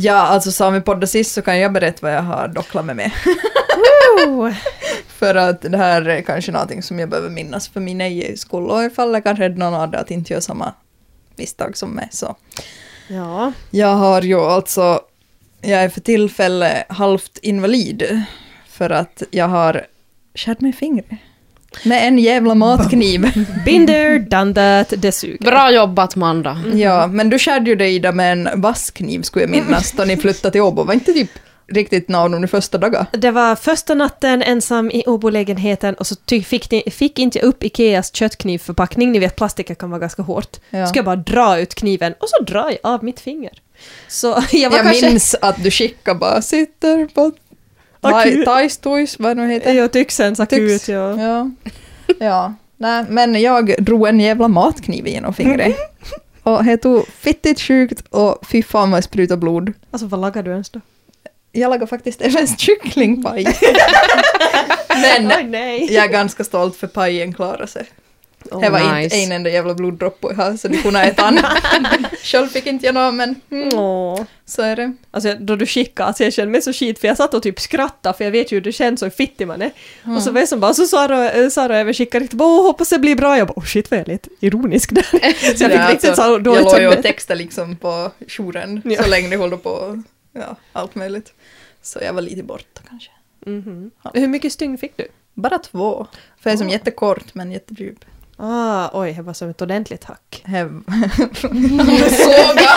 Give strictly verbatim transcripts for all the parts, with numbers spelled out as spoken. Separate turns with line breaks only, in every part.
Ja, alltså sa vi podda sist så kan jag berätta vad jag har docklat med mig. För att det här är kanske någonting som jag behöver minnas för min egen skull. Och ifall jag kan rädda någon av det att inte göra samma misstag som mig. Så.
Ja.
Jag har ju alltså, jag är för tillfälle halvt invalid. För att jag har skärt mig fingret. Med en jävla matkniv.
Binder, done that, det suger.
Bra jobbat, Manda.
Mm. Ja, men du skärde ju dig Ida med en vasskniv skulle jag minnas då ni flyttade till Åbo. Var inte typ riktigt någon under första dagen?
Det var första natten ensam i Åbo-lägenheten och så ty- fick, ni, fick inte jag upp Ikeas köttknivförpackning. Ni vet, plastiken kan vara ganska hårt.
Ja.
Ska jag bara dra ut kniven och så drar jag av mitt finger. Så jag var
jag
kanske...
minns att du skickade bara sitter på
Akut.
Thais toys, vad det nu heter.
Jag tycks en akut,
Tycks.
ja.
Ja. Ja. Nej, men jag drog en jävla matkniv genom fingret. Och det tog fittigt sjukt och fy fan vad jag sprutade blod.
Alltså, vad lagar du ens då?
Jag lagade faktiskt även kycklingpaj. Men
Oj, nej.
jag är ganska stolt för pajen klarade sig.
Oh,
det var
nice.
inte en enda jävla bloddropp på här så du kunde äta an. Själv fick inte jag någon, men mm,
Åh.
så är det.
Alltså då du skickade, alltså jag kände mig så skit för jag satt och typ skrattade för jag vet ju hur det känns så fittig man är.
Mm.
Och så var jag som bara, så Sara, Sara även skickade riktigt, åh hoppas det blir bra. Jag bara, oh shit vad jag är lite ironisk där. Så jag fick
Ja,
riktigt
alltså,
så
jag
dåligt
låg ju och
samvete.
textade liksom på jouren
Ja.
så länge det håller på ja, allt möjligt. Så jag var lite borta kanske.
Mhm. Hur mycket stygn fick du?
Bara två. För jag är som
Ah.
jättekort men jättedjup.
Ah, oj, det var som ett ordentligt hack.
Hev. Såga!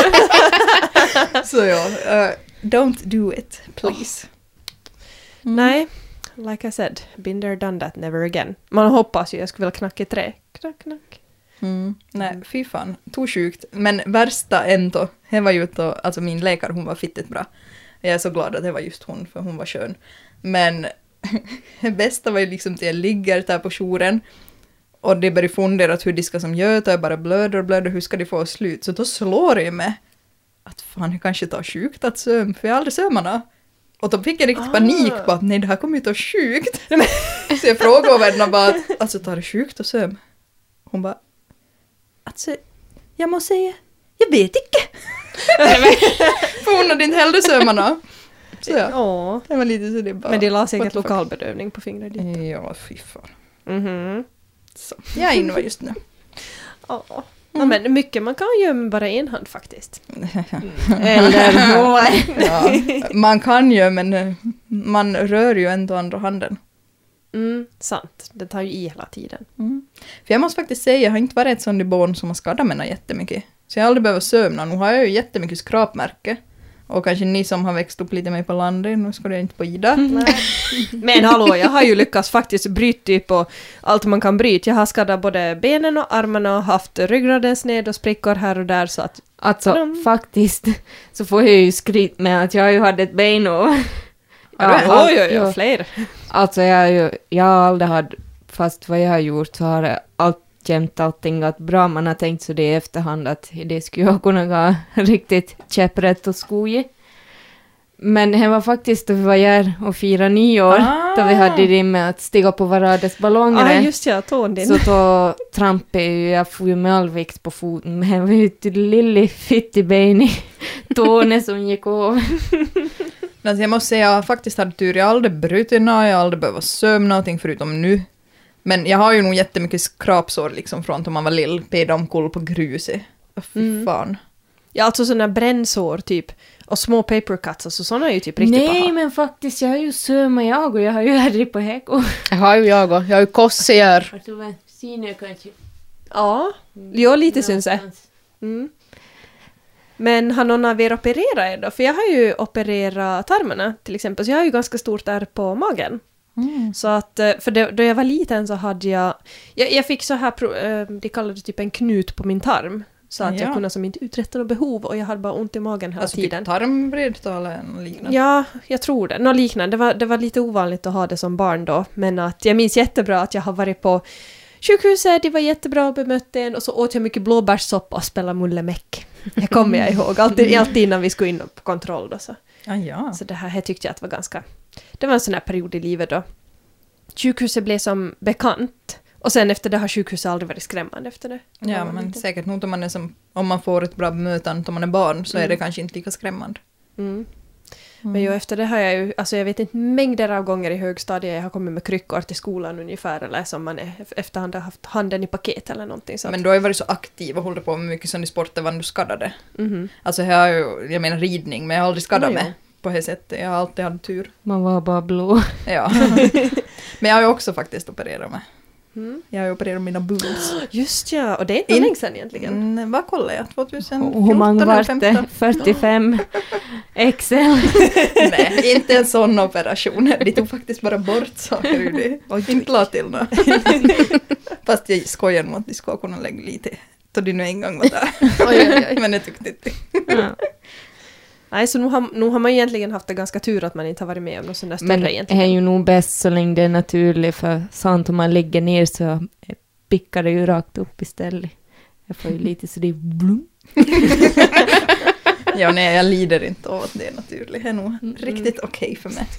Så ja, uh, don't do it, please. Mm.
Nej, like I said, been there, done that, never again. Man hoppas ju, jag skulle vilja knacka i trä. Knack, knack.
Mm. Nej, fy fan. Tog sjukt. Men värsta ändå, det var ju då, alltså min läkare, hon var fittigt bra. Jag är så glad att det var just hon, för hon var skön. Men det bästa var ju liksom att jag ligger där på jouren och det börjar fundera hur de ska som gör, jag bara blöder och blöder, hur ska de få slut? Så då slår det mig att fan, jag kanske tar sjukt att söm, för jag har aldrig sömmarna. Och då fick jag riktigt
Ah.
panik på att nej, det här kommer ju ta sjukt. Så jag frågade världen bara att, alltså tar det sjukt att söm? Hon bara, alltså, jag måste säga, jag vet inte. För hon hade inte heller sömmarna. Så ja,
Åh.
det var lite så det bara...
Men det la säkert
what the fuck.
lokalbedövning på fingret dit.
Ja, fy fan.
Mhm.
Så, jag är inne just nu.
Ja. Ja, men mycket man kan göra med bara en hand faktiskt.
Eller ja, man kan ju, men eh, man rör ju ändå andra handen.
Mm, sant. Det tar ju i hela tiden.
Mm. För jag måste faktiskt säga, jag har inte varit ett sånt barn som har skadat mig jättemycket. Så jag har aldrig behövt sömna. Nu har jag ju jättemycket skrapmärke. Och kanske ni som har växt upp lite mer på landet, nu ska jag inte på Ida.
Men hallå, jag har ju lyckats faktiskt bryta på allt man kan bryta. Jag har skadat både benen och armarna och haft ryggradens ned och sprickor här och där så att...
Alltså
Mm.
faktiskt så får jag ju skryt med att jag ju hade ett ben och...
Ja,
allt-
oj, oj, oj,
ja.
fler.
Alltså jag, har ju, jag har aldrig haft, fast vad jag har gjort så har det alltjämt allting gått bra. Man har tänkt så det i efterhand att det skulle jag kunna gå riktigt käpprätt och skoja. Men det var faktiskt då vi var här och fira nyår.
Ah.
Då vi hade det med att stiga på varandras ballonger.
Ja, ah, just ja, tån din.
Så då trampade jag, jag får ju med all vikt på foten. Men jag var ju ett lille fitteben i tårna som gick av.
Alltså jag måste säga, jag faktiskt hade tur. Jag har aldrig brutit något, jag har aldrig behövt sömna någonting förutom nu. Men jag har ju nog jättemycket skrapsår liksom från att man var lill, peda omkull på gruset. Oh, fy
Mm.
fan.
Ja, alltså sådana brännsår typ. Och små paper cuts, alltså sådana är ju typ riktigt
Nej,
paha.
men faktiskt, jag har ju sömma jag och jag har ju härligt på häck.
Jag har ju jag och jag har ju kossier.
Syner kanske.
Ja, jo lite syns det. Mm. Men har någon av er opererat er då? För jag har ju opererat tarmarna till exempel. Så jag har ju ganska stort ärr på magen.
Mm.
Så att, eh, för det, då jag var liten så hade jag... Jag, jag fick så här, pro, eh, de kallade det typ en knut på min tarm. Så att
Ja.
jag kunde som inte uträtta något behov och jag hade bara ont i magen hela
Alltså
tiden.
typ tarmbredtal eller liknande.
Ja, jag tror det. Något liknande. Det var, det var lite ovanligt att ha det som barn då. Men att jag minns jättebra att jag har varit på sjukhuset, de var jättebra och bemötte en och så åt jag mycket blåbärssoppa och spelade mullemäck. Det kommer jag ihåg. Alltid, alltid innan vi skulle in på kontroll då. Så,
Ah, ja.
så det här, här tyckte jag att var ganska... Det var en sån här period i livet då. Sjukhuset blev som bekant. Och sen efter det har sjukhuset aldrig varit skrämmande efter det.
Ja, men säkert nog om man är som, om man får ett bra bemötande om man är barn så är
Mm.
det kanske inte lika skrämmande.
Mm. Men ju efter det har jag ju, alltså jag vet inte mängder av gånger i högstadiet jag har kommit med kryckor till skolan ungefär, eller som man är efterhand har haft handen i paket eller någonting. Så
Men
att,
du har ju varit så aktiv och hållit på med mycket sådana sporter var du skadade.
mhm.
Alltså jag har ju, jag menar ridning, men jag har aldrig skadat
Ja, ja.
mig på det sättet. Jag har alltid haft tur.
Man var bara blå.
Ja. Men jag har ju också faktiskt opererat mig.
Mm.
Jag har ju opererat mina boobs.
Just ja, och det är inte
In-
länge sedan egentligen.
Mm, vad kollade jag? tjugohundrafjorton
Och hur många
eller
var
femton?
det? fyrtiofem X L.
Nej, inte en sån operation. De tog faktiskt bara bort saker ur det. Och inte la till något. Fast jag skojar nog att de ska kunna lägga lite. Då de nu en gång var där.
Oj, oj, oj.
Men jag tyckte inte.
Ja.
Nej, så nu har, nu har man egentligen haft det ganska tur att man inte har varit med om något sånt där större
Men det
egentligen.
är ju nog bäst så länge det är naturligt, för sant om man lägger ner så pickar det ju rakt upp istället. Jag får ju lite så det är blum.
Ja, nej, jag lider inte av att det är naturligt. Det är nog
Mm.
riktigt okej för mig.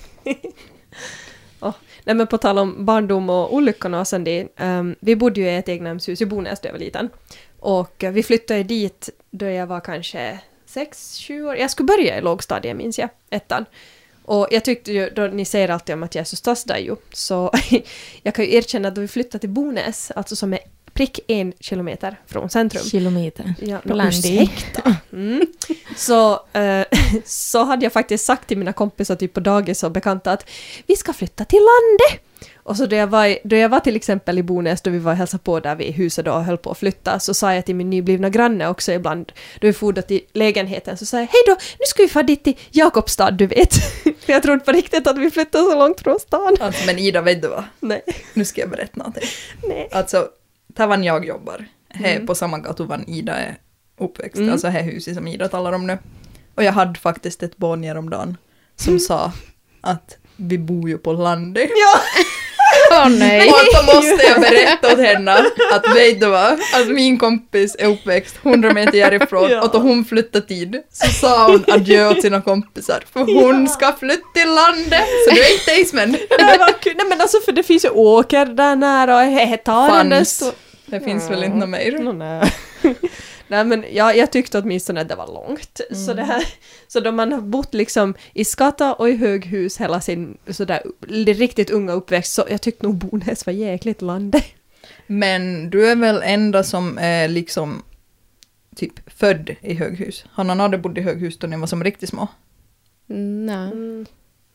Nej, men på tal om barndom och olyckorna och sen det, um, vi bodde ju i ett egnahemshus i Bonäs då jag var liten. Och uh, vi flyttade dit då jag var kanske sex, sju år. Jag skulle börja i lågstadiet, minns jag, ettan. Och jag tyckte ju, då ni säger alltid om att jag är så stadsdag ju, så jag kan ju erkänna att då vi flyttade till Bonäs, alltså som är prick en kilometer från centrum.
Kilometer.
Ja,
På
no,
landet.
ursäkta. Mm. Så, eh, så hade jag faktiskt sagt till mina kompisar typ på dagis och bekanta att vi ska flytta till landet. Och så då jag var, i- då jag var till exempel i Bonäs, då vi var och hälsade på där vid huset då och höll på att flytta, så sa jag till min nyblivna granne också ibland, då vi for då till lägenheten, så sa jag, hej då, nu ska vi få dit till Jakobstad, du vet. För jag trodde på riktigt att vi flyttade så långt från stan.
Alltså, men Ida, vet du vad?
Nej,
Nu ska jag berätta någonting.
nej.
Alltså, där var jag jobbar. Här
Mm.
på samma gata var Ida är uppväxt.
Mm.
Alltså här huset som Ida talar om nu. Och jag hade faktiskt ett barn häromdagen som sa att vi bor ju på landet.
Ja!
Åh nej.
Och så måste jag berätta åt henne att vet du vad, att min kompis är uppväxt hundra meter härifrån
Ja.
och då hon flyttade tid så sa hon adjö åt sina kompisar för hon ska flytta till landet så du är inte Eisman.
Det var kul. Nej men alltså för det finns ju åker där nära och hetarande.
Fanns. Det finns väl inte något mer.
No, nej. Nej men jag, jag tyckte åtminstone att det var långt. Så, det här, så då man har bott liksom i Skata och i höghus hela sin sådär riktigt unga uppväxt, så jag tyckte nog Bonäs var jäkligt lande.
Men du är väl enda som är liksom typ född i höghus. Han hade bott i höghus då ni var som riktigt små.
Nej.
Mm.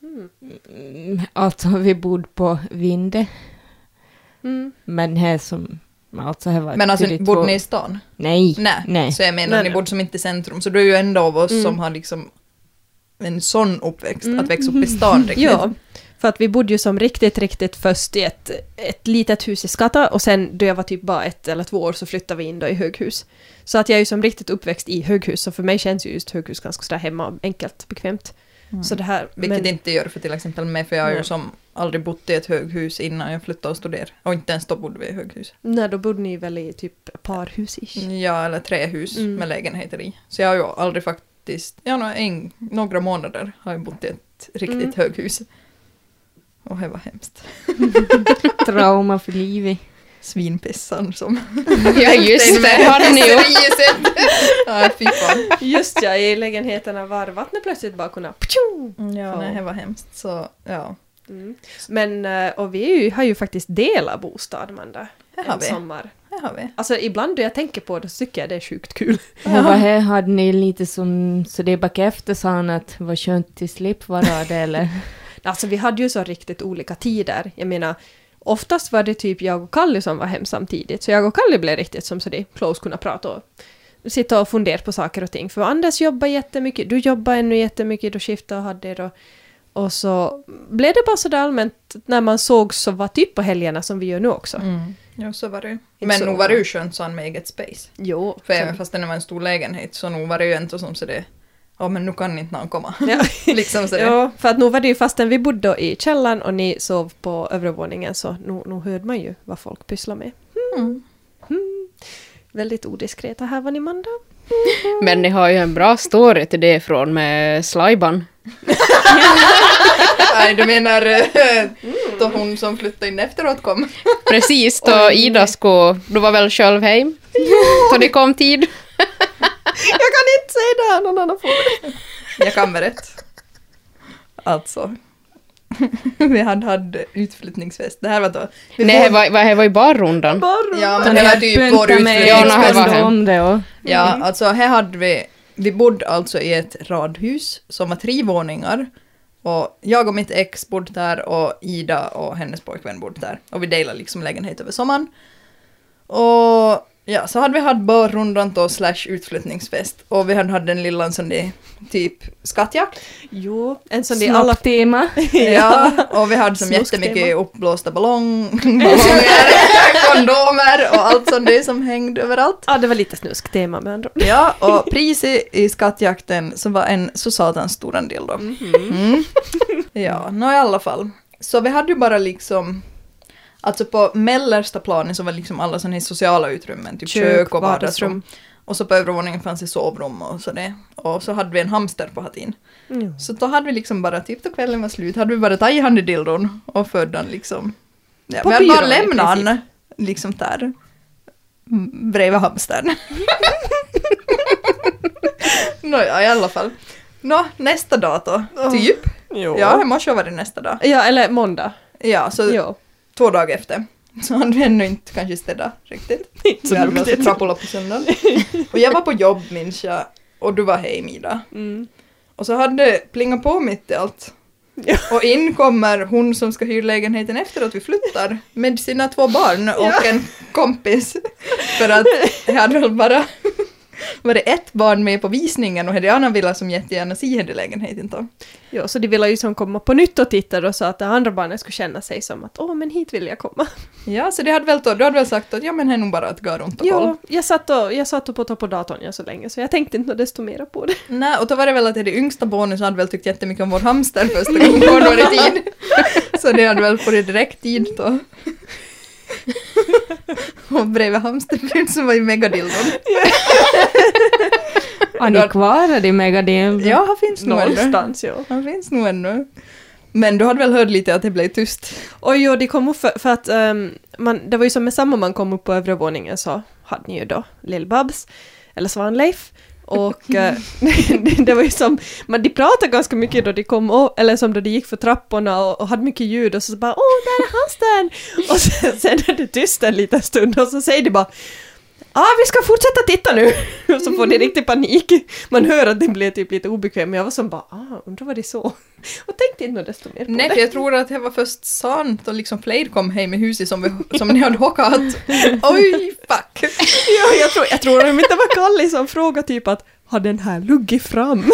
Mm, Alltså vi bodde på Vinde,
Mm.
men här som, alltså här var
Men alltså
tydligt
bodde
två-
ni i stan?
Nej,
Nej.
nej.
Så jag menar,
Nej,
ni
nej.
bodde som inte i centrum. Så du är ju ändå av oss
Mm.
som har liksom en sån uppväxt,
Mm.
att växa upp i stan riktigt.
Ja, för att vi bodde ju som riktigt, riktigt först i ett, ett litet hus i Skata och sen då jag var typ bara ett eller två år så flyttade vi in då i höghus. Så att jag är ju som riktigt uppväxt i höghus, så för mig känns ju just höghus ganska sådär hemma, enkelt, bekvämt.
Mm.
Så det här,
Vilket
men,
inte gör för till exempel mig, för jag har ju
Nej.
som aldrig bott i ett höghus innan jag flyttade och studerade. Och inte ens då bodde vi i höghus.
nej, då bodde ni väl i typ parhus-ish.
Ja, eller trähus
Mm.
med lägenheter i. Så jag har ju aldrig faktiskt, ja, nå- en, några månader har jag bott i ett riktigt
Mm.
höghus. Och det var hemskt.
Trauma för livet.
Svinpissan som...
Ja just det, hade ni ju.
Ja, fy fan.
Just ja, i lägenheterna var vattnet plötsligt bara kunna... Ptjung!
Ja, nej, det var hemskt. Så, ja.
Mm. Men, eh, och vi är ju, har ju faktiskt delat bostad, Amanda.
Det har
En
vi.
sommar.
Det har vi.
Alltså ibland då jag tänker på det så tycker jag det är sjukt kul.
Och vad här hade ni lite som, så det back efter sa han att var skönt till slip var det eller?
Alltså vi hade ju så riktigt olika tider. Jag menar, oftast var det typ jag och Kalli som var hem samtidigt. Så jag och Kalli blev riktigt som så det close kunna prata och sitta och fundera på saker och ting. För Anders jobbar jättemycket, du jobbar ännu jättemycket, då skiftade och hade det. Och, och så blev det bara så där allmänt när man såg så var typ på helgerna som vi gör nu också.
Mm. Ja, så var det ju.
Inte
Men
så.
nog var det ju skönt så han med eget space.
Jo.
För
så-
även fast det var en stor lägenhet så nog var det ju inte som så det... Ja, men nu kan inte någon komma.
Ja.
liksom så det.
Ja, för att nu var det ju fastän vi bodde i källaren och ni sov på övervåningen så nu, nu hörde man ju vad folk pysslar med.
Mm.
Mm. Väldigt odiskreta här var ni, Manda.
Men ni har ju en bra story till det från med Slajban.
Nej, du menar eh, då hon som flyttade in efteråt kom.
Precis, då Ida skulle, du var väl själv hem? Då det kom tid.
Jag kan inte säga det här, någon annan får det.
Jag kan berätta. Alltså. Vi hade hade utflyttningsfest. Det här var då...
Nej, det var, det var ju barrundan.
Ja, men det var typ vår
utflyttningsfest.
om det och.
Ja, alltså här hade vi... Vi bodde alltså i ett radhus som var tre våningar. Och jag och mitt ex bodde där och Ida och hennes pojkvän bodde där. Och vi delade liksom lägenhet över sommaren. Och ja, så hade vi haft barrundan då slash utflyttningsfest. Och vi hade haft den lilla sån där typ skattjakt.
Jo, en sån där alla...
tema.
Ja, och vi hade som
Snusk-tema.
jättemycket uppblåsta ballong, ballonger, kondomer och allt sånt där som hängde överallt.
Ja, det var lite snusktema med andra ord.
Ja, och priset i skattjakten så var en så satans stor en del då.
Mm-hmm.
Mm. Ja, nå i alla fall. Så vi hade ju bara liksom... Alltså på mellersta planen så var liksom alla sådana här sociala utrymmen, typ kök,
Kök,
och vardagsrum.
vardagsrum.
Och så på övervåningen fanns det sovrum och sådär. Och så hade vi en hamster på hatin.
Mm.
Så då hade vi liksom bara, typ då kvällen var slut, hade vi bara tagit hand i dildon och förde den liksom. Ja,
På
vi hade bara
byrån i
lämnat
princip.
han liksom där. mm, Bredvid hamstern. Nåja, i alla fall. Nå, nästa dag då, typ.
Jo.
Ja, det måste ha varit nästa dag.
Ja, eller måndag.
Ja, så
Jo.
två dagar efter. Så hade vi ännu inte kanske städat riktigt.
Inte så
Vi hade väl
duktigt.
trappor på söndagen. Och jag var på jobb minns jag. Och du var hej Mida.
Mm.
Och så hade det plingat på mitt i allt.
Ja.
Och in kommer hon som ska hyra lägenheten efter att vi flyttar. Med sina två barn och
Ja.
en kompis. För att jag hade väl bara... Var det ett barn med på visningen och Hediana ville som jättegärna se henne i lägenheten då.
Jo, så de ville ju som komma på nytt och titta och så att det andra barnet skulle känna sig som att åh, men hit vill jag komma.
Ja, så det hade väl då, du hade väl sagt att ja men här är nog bara att gå runt och kolla.
Ja, jag satt och, jag satt och på på datorn ja, så länge så jag tänkte inte desto mer på det.
Nej, och då var det väl att det yngsta barnet så hade väl tyckt jättemycket om vår hamster första gången på några tid. Så det hade väl på det direkt tid då. Och bredvid hamsterbrud som var i megadildon.
Har ni kvar det megadel?
Ja, han finns nog ännu.
Någonstans, ja.
Han finns nog ännu. Men du hade väl hört lite att det blev tyst?
Och jo, de kom upp för, för att um, man, det var ju som med samma man kom upp på övre våningen så hade ni ju då Lill-Babs eller Svanleif. Och eh, det, det var ju som, man, de pratade ganska mycket då de kom, och, eller som då de gick för trapporna och, och hade mycket ljud och så bara, åh, där är hamstern! Och sen, sen är det tyst en liten stund och så säger de bara, ah, vi ska fortsätta titta nu! Och så får de riktigt panik. Man hör att det blir typ lite obekväm, men jag var som bara, ah, undrar vad det är så. Och tänkte inte desto mer på
Nej,
det.
för jag tror att det var först sant och liksom fler kom hem i huset som, vi, som ni hade hockat. Oj, fuck!
Ja, jag tror, jag tror att det var Kalle som frågade typ att, har den här luggit fram?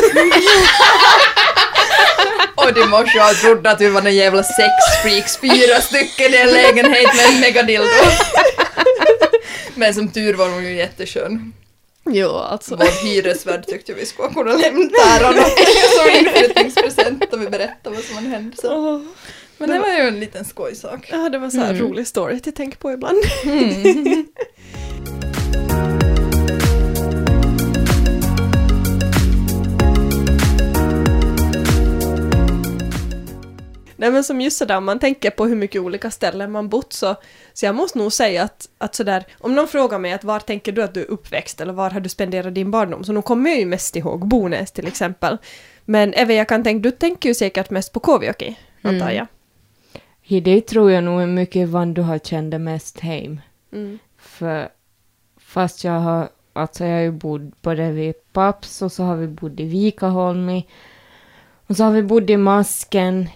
Och de måste ha trott att vi var en jävla sexfreaks, fyra stycken i en lägenhet med en megadildo. Men som tur var hon ju jätteskön.
Jo, alltså.
Vår hyresvärd tyckte vi skulle kunna lämna där honom som inflyttningspresent och vi berättade vad som hade hänt. Så.
Åh,
Men det var ju en liten skojsak.
ja, det var så här
Mm.
rolig story till tänka på ibland.
Mm.
Nej, men som just sådär, om man tänker på hur mycket olika ställen man bott så, så jag måste nog säga att, att sådär, om någon frågar mig att var tänker du att du är uppväxt eller var har du spenderat din barndom, så nu kommer jag ju mest ihåg Bonäs till exempel. Men även jag kan tänka, du tänker ju säkert mest på Kåvjoki, antar jag.
I det tror jag nog är mycket vad du har känt mest hem.
Mm.
För fast jag har, alltså jag har ju bott både vid Paps och så har vi bott i Vikaholmi. Och så har vi bott i Masken.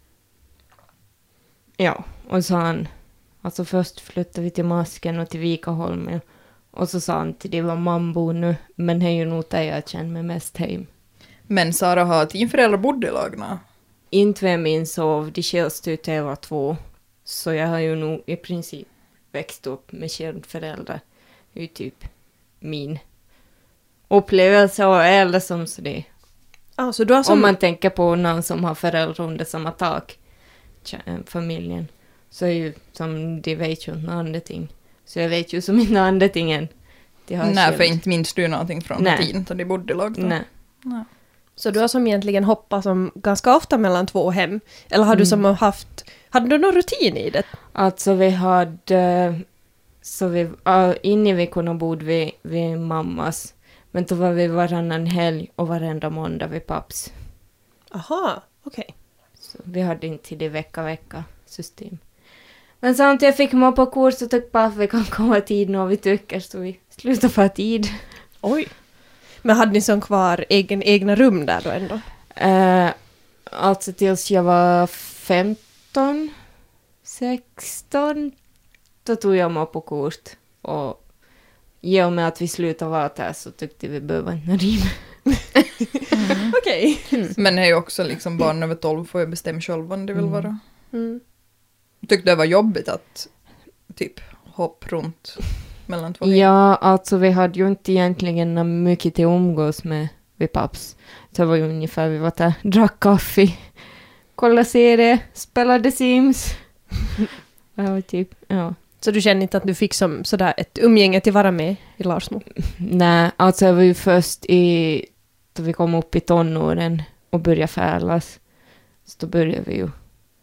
Ja, och så han, alltså först flyttade vi till Masken och till Vikaholmi. Och så sa han till det var mambo nu, men det är ju nog där jag känner mig mest hem.
Men Sara har teamföräldrar bott i lagna.
Inte vad jag minns av, de skildes ut jag var två. Så jag har ju nog i princip växt upp med kärnföräldrar. Det är ju typ min upplevelse och äldre som så det.
Ah, så du har som...
Om man tänker på någon som har föräldrar under samma tak, tja- familjen, så är ju som de vet ju inte andra ting. Så jag vet ju som inte andra ting än de har
Nej,
känt.
för inte minns du någonting från
Nej.
tiden så de bodde i lagna.
Nej.
Nej.
Så du har som egentligen hoppat som ganska ofta mellan två hem? Eller har du
Mm.
som haft... Hade du någon rutin i det?
Alltså vi hade, så vi, uh, inne vi kunde bo vid, vid mammas. Men då var vi varannan helg och varenda måndag vid paps.
Aha, okej. Okay.
Så vi hade inte det vecka-vecka system. Men samtidigt fick man på kurs och tyckte att vi kan komma tid när vi tycker, så vi slutade få tid.
Oj. Men hade ni som kvar egen, egna rum där då ändå?
Uh, alltså tills jag var femton, sexton, då tog jag mig på kurs. Och i och med att vi slutade vara där så tyckte vi behöva en rim.
Mm. Okej. Okay.
Mm. Men det är ju också liksom barn över tolv får ju bestämma själva om det vill
Mm.
vara.
Mm.
Tyckte det var jobbigt att typ hoppa runt mellan två hem?
Ja, alltså vi hade ju inte egentligen mycket till umgås med vid paps. Det var ju ungefär vi var där, drack kaffe, kollade serie, spelade Sims. Det var typ, ja.
Så du känner inte att du fick som sådär ett umgänge till vara med i Larsmo?
Nej, alltså jag var ju först i, då vi kom upp i tonåren och började färlas. Så då började vi ju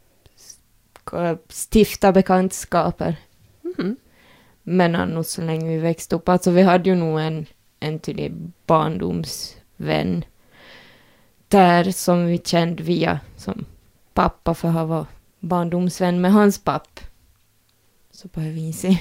stifta bekantskaper.
Mm.
Men annars så länge vi växte upp, alltså vi hade ju nog en, en tydlig barndomsvän där som vi kände via som pappa, för han var barndomsvän med hans papp. Så på vi se.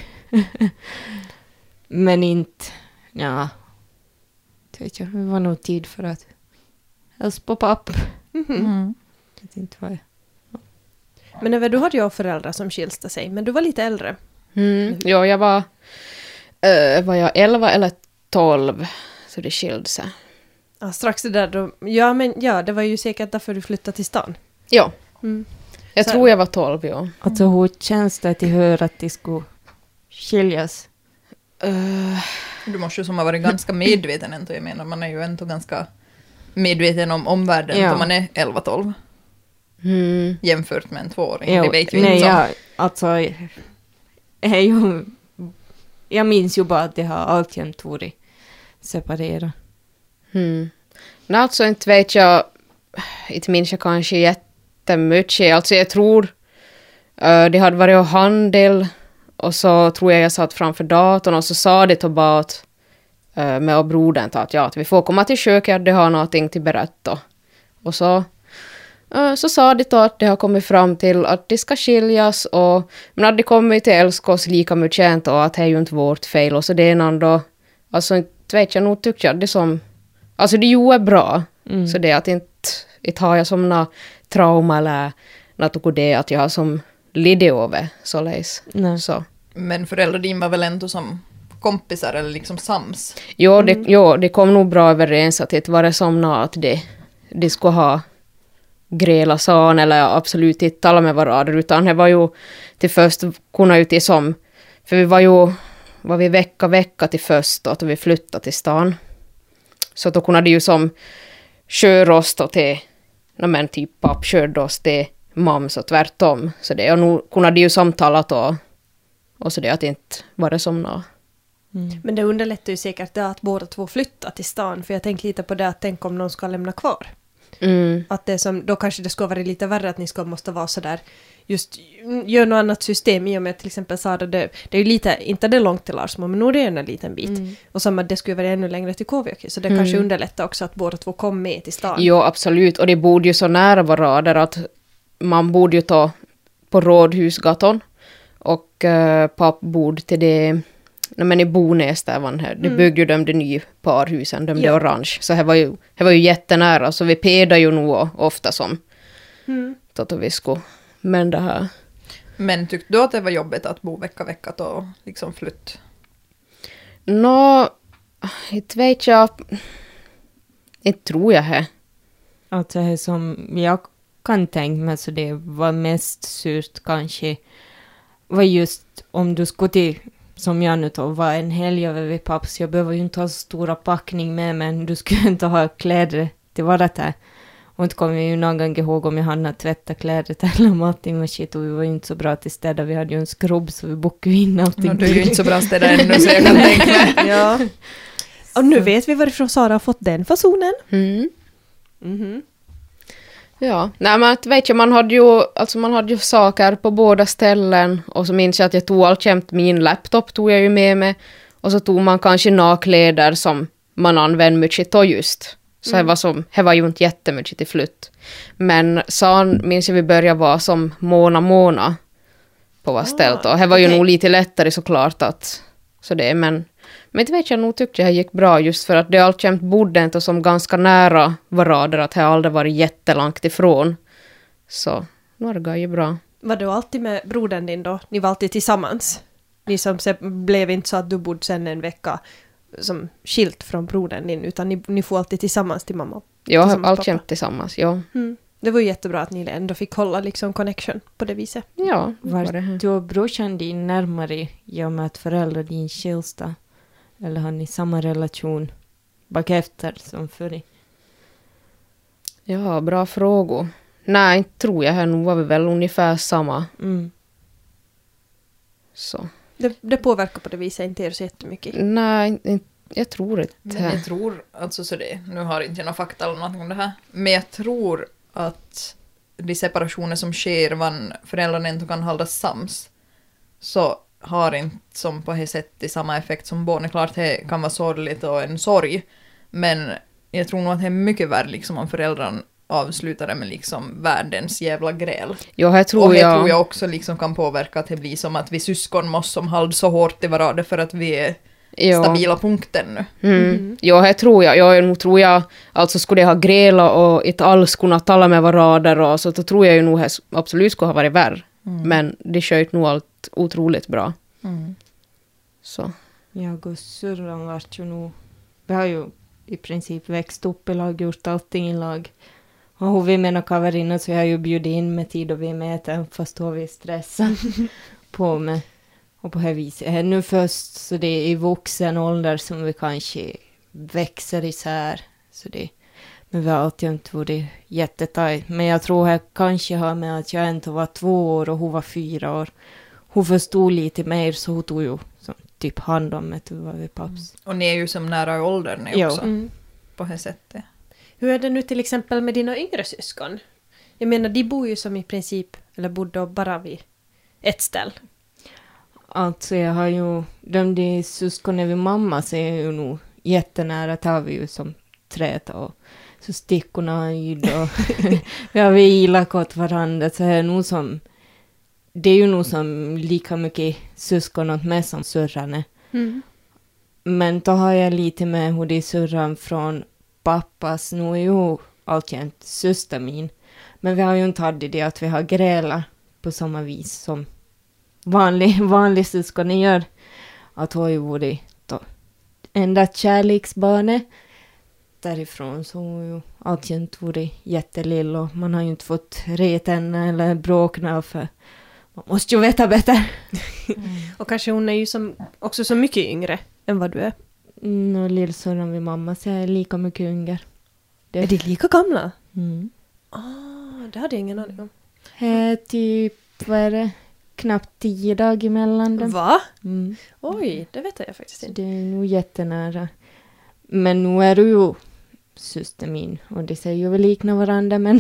Men inte, ja, vet jag, det var nog tid för att hälsa på papp.
Mm-hmm.
Mm.
Jag vet inte vad jag...
Men Eva, du hade ju föräldrar som skilste sig, men du var lite äldre.
Mm. Ja, jag var, äh, var jag elva eller tolv, så det skilde sig.
Ja, strax det där då. Ja, men ja, det var ju säkert därför du flyttade till stan.
Ja,
Mm.
jag
Så-
tror jag var tolv, ja.
Alltså hur känns det att höra att de skulle skiljas?
Uh,
Du måste ju som ha varit ganska medveten ändå. Jag menar, man är ju ändå ganska medveten om omvärlden
Ja.
då man är elva tolv
mm.
jämfört med en tvååring.
Jo,
Det vet ju
nej,
inte.
jag, alltså, är ju, jag minns ju bara att det har alltjämt varit separerat.
Mm. Nej, alltså inte vet jag, inte minns jag kanske jättemycket. Alltså jag tror uh, det hade varit att handel och så tror jag jag satt framför datorn och så sa det bara att uh, med och brodern att, ja, att vi får komma till köket att det har någonting till berätta. Och så, uh, så sa det då att det har kommit fram till att det ska skiljas och men att det kommit till älska oss lika mycket och att det är ju inte vårt fel och så det är någon då, alltså inte vet jag nog tyckte jag det som alltså det ju är bra.
Mm.
Så det är att inte, inte har jag som nå trauma eller något och det att jag har som lidit över således.
Nej.
Så.
Men föräldrar din var väl ändå som kompisar eller liksom sams?
Jo, det, jo, det kom nog bra överens att det var det som nå att det, det skulle ha gräla san eller absolut inte tala med varandra utan det var ju till först kunna ut i som för vi var ju var vi vecka vecka till först och vi flyttade till stan. Så då kunde det ju som köra oss då till, no, men typ papp körde oss till mams och tvärtom. Så det och nu kunde det ju samtala då. Och så det att inte var det som nå.
Mm.
Men det underlättar ju säkert det att båda två flyttar till stan. För jag tänker lite på det att tänk om någon ska lämna kvar.
Mm.
Att det som, då kanske det ska vara lite värre att ni ska måste vara så där just gör något annat system i och med till exempel Sara, det, det är ju lite, inte det långt till Larsmo men nog det är en liten bit.
Mm.
Och samma, det skulle vara ännu längre till Kåvjöki så det
Mm.
kanske underlättar också att båda två kom med till stan.
Jo, absolut. Och det borde ju så nära varandra att man borde ju ta på Rådhusgatan och uh, papp borde till det nej, men i Bonäs där var här. Det
Mm.
byggde ju de de nya parhusen, de
Ja.
ja. orange. Så det var ju, det var ju jättenära. Så vi pedade ju nog ofta som
Mm.
att vi skulle. Men det här...
Men tyckte du att det var jobbigt att bo vecka vecka och liksom flytt?
Nå, inte vet jag. Inte tror jag det.
Alltså det som jag kan tänka mig så det var mest surt kanske var just om du skulle till, som jag nu tog, var en helg över vid papps. Jag behöver ju inte ha så stora packning med men du skulle inte ha kläder till vardags här. Och inte kommer jag ju någon gång ihåg om jag hann tvätta kläder eller någonting och shit och vi var ju inte så bra till städa. Vi hade ju en skrubb så vi bokade in allting.
No, du är ju inte så bra städa ännu så jag kan tänka mig.
Ja. Och nu vet vi varifrån Sara har fått den fasonen.
Mm.
Mhm.
Ja, nej men att vet jag, man hade ju, alltså man hade ju saker på båda ställen och så minns jag att jag tog alltjämt min laptop tog jag ju med mig och så tog man kanske några kläder som man använde mycket to just. Så mm. det, var som, det var ju inte jättemycket till flytt. Men san minns jag vi började vara som måna måna på vad ställt. Och det var ju okay. nog lite lättare såklart att så det, men men inte vet jag nog tyckte jag gick bra just för att det alltjämt bodde inte som ganska nära varandra, att det aldrig varit jättelångt ifrån. Så nu har det gått ju bra.
Var du alltid med brodern din då? Ni var alltid tillsammans? Ni som se, blev inte så att du bodde sen en vecka som skilt från brodern din, utan ni, ni får alltid tillsammans till mamma?
Ja, alltjämt tillsammans, ja.
Mm. Det var ju jättebra att ni ändå fick hålla liksom connection på det viset.
Ja,
var det. Du och brorsan din närmare i och med att föräldrar din skilsta? Eller har ni samma relation bak efter som förr?
Ja, bra frågor. Nej, inte tror jag. Här nu var vi väl ungefär samma.
Mm.
Så.
Det, det påverkar på det viset inte er så jättemycket?
Nej, inte, jag tror inte.
Men jag tror, alltså så det, nu har inte jag några fakta eller något om det här, men jag tror att de separationer som sker van föräldrarna inte kan hålla sams, så har inte som på det sättet samma effekt som barn. Klart det kan vara sorgligt och en sorg, men jag tror nog att det är mycket värre liksom om föräldrarna avslutar det med liksom världens jävla gräl.
Jo, här tror
och det
jag...
tror jag också liksom kan påverka att det blir som att vi syskon måste som hålla så hårt i varandra för att vi är jo. stabila punkten nu.
Mm. Mm. Jo, här tror jag. Jag nu tror jag, alltså skulle jag ha gräla och inte alls kunna tala med varandra och så, då tror jag ju nog att absolut skulle ha varit värre. Mm. Men det sköt nog allt otroligt bra.
Mm.
Så.
Jag och syrran vart ju nog... Vi har ju i princip växt upp i lag, gjort allting i lag. Och hur vi menar kaverina så jag har ju bjudit in med tid och vi mäter fast då vi stressar på med. Och på här viset. Nu först så det är i vuxen ålder som vi kanske växer isär. Så det, men vi har alltid inte varit jättetajt. Men jag tror jag kanske har med att jag inte var två år och hon var fyra år. Hon förstod lite mer så hon tog ju som, typ hand om det var vi paps.
Mm. Och ni är ju som nära i åldern ni också.
Mm.
På det sättet.
Hur är det nu till exempel med dina yngre syskon? Jag menar, de bor ju som i princip, eller bodde bara vid ett ställe.
Alltså jag har ju, de, de syskonen vid mamma så är ju nog jättenära, tar vi ju som träta och så stickorna har ju då, vi har vilat åt varandra så är nog som, det är ju nog som lika mycket syskon åt mig som syrran.
Mm.
Men då har jag lite med hur det är syrran från pappas, nu är ju alltjämt syster min. Men vi har ju inte haft det att vi har grälat på samma vis som vanlig, vanlig syskon gör. Att hon har ju varit då enda kärleksbarnet. Därifrån så har ju alltjämt varit jättelill och man har ju inte fått reten eller bråkna för man måste ju veta bättre.
Mm. Och kanske hon är ju som, också så mycket yngre än vad du är.
Mm, och lillsyrran vid mamma så är lika mycket yngre.
Det... Är de lika gamla?
Mm.
Ah, det hade jag ingen aning om.
Äh, typ, vad är det? Knappt tio dagar emellan dem.
Va?
Mm.
Oj, det vet jag faktiskt inte.
Det är nog jättenära. Men nu är du ju syster min. Och det säger ju väl likna varandra, men...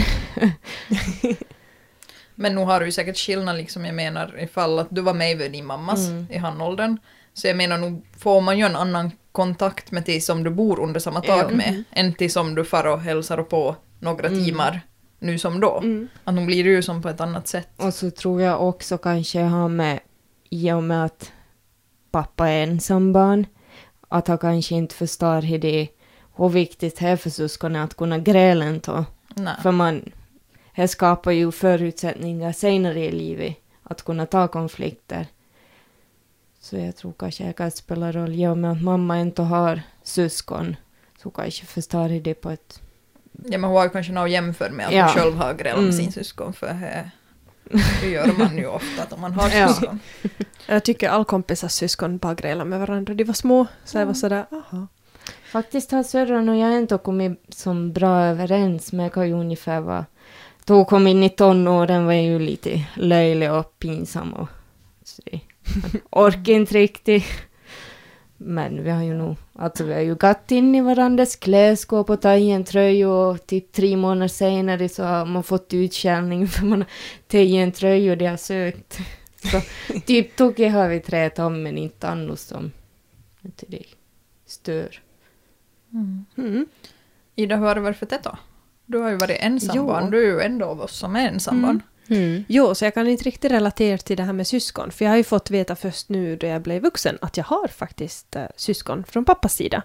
Men nu har du ju säkert skillnad, liksom jag menar, ifall att du var med vid din mammas mm. i handåldern. Så jag menar, nu får man ju en annan kontakt med till som du bor under samma tak med. Mm. Än till som du far och hälsar på några mm. timmar nu som då. Mm. Att nu blir det ju som på ett annat sätt.
Och så tror jag också kanske ha med, i och med att pappa är ensam barn, att han kanske inte förstår hur det hur viktigt det är för syskonen att kunna gräla inte. För man, det skapar ju förutsättningar senare i livet att kunna ta konflikter. Så jag tror kanske det kan spela roll. Ja, men att mamma inte har syskon så kanske förstår det på ett...
Ja, men hon har ju kanske något jämför med att
ja.
man själv har grälat med
mm.
sin syskon. För det, det gör man ju ofta att om man har
ja.
syskon.
Jag tycker all kompisars syskon bara grälar med varandra. De var små, så jag var sådär, aha.
Faktiskt har syrran och jag inte kommit som bra överens. Men jag kan ju ungefär vara... Då hon kom in i tonåren var ju lite löjlig och pinsam och... Så det, orkar inte riktigt. Men vi har ju nog... Alltså vi har ju gått in i varandras klädskåp och tagit en tröja och typ tre månader senare så har man fått utskällning för man har tagit en tröja och det har sökt. Så typ tokig har vi trätt om men inte annars som inte det stör.
Mm.
Mm.
Ida, hur har det varit för det då? Du har ju varit ensambarn.
Jo.
Du är ju ändå av oss som är ensambarn.
Mm.
Jo, så jag kan inte riktigt relatera till det här med syskon. För jag har ju fått veta först nu då jag blev vuxen att jag har faktiskt äh, syskon från pappas sida.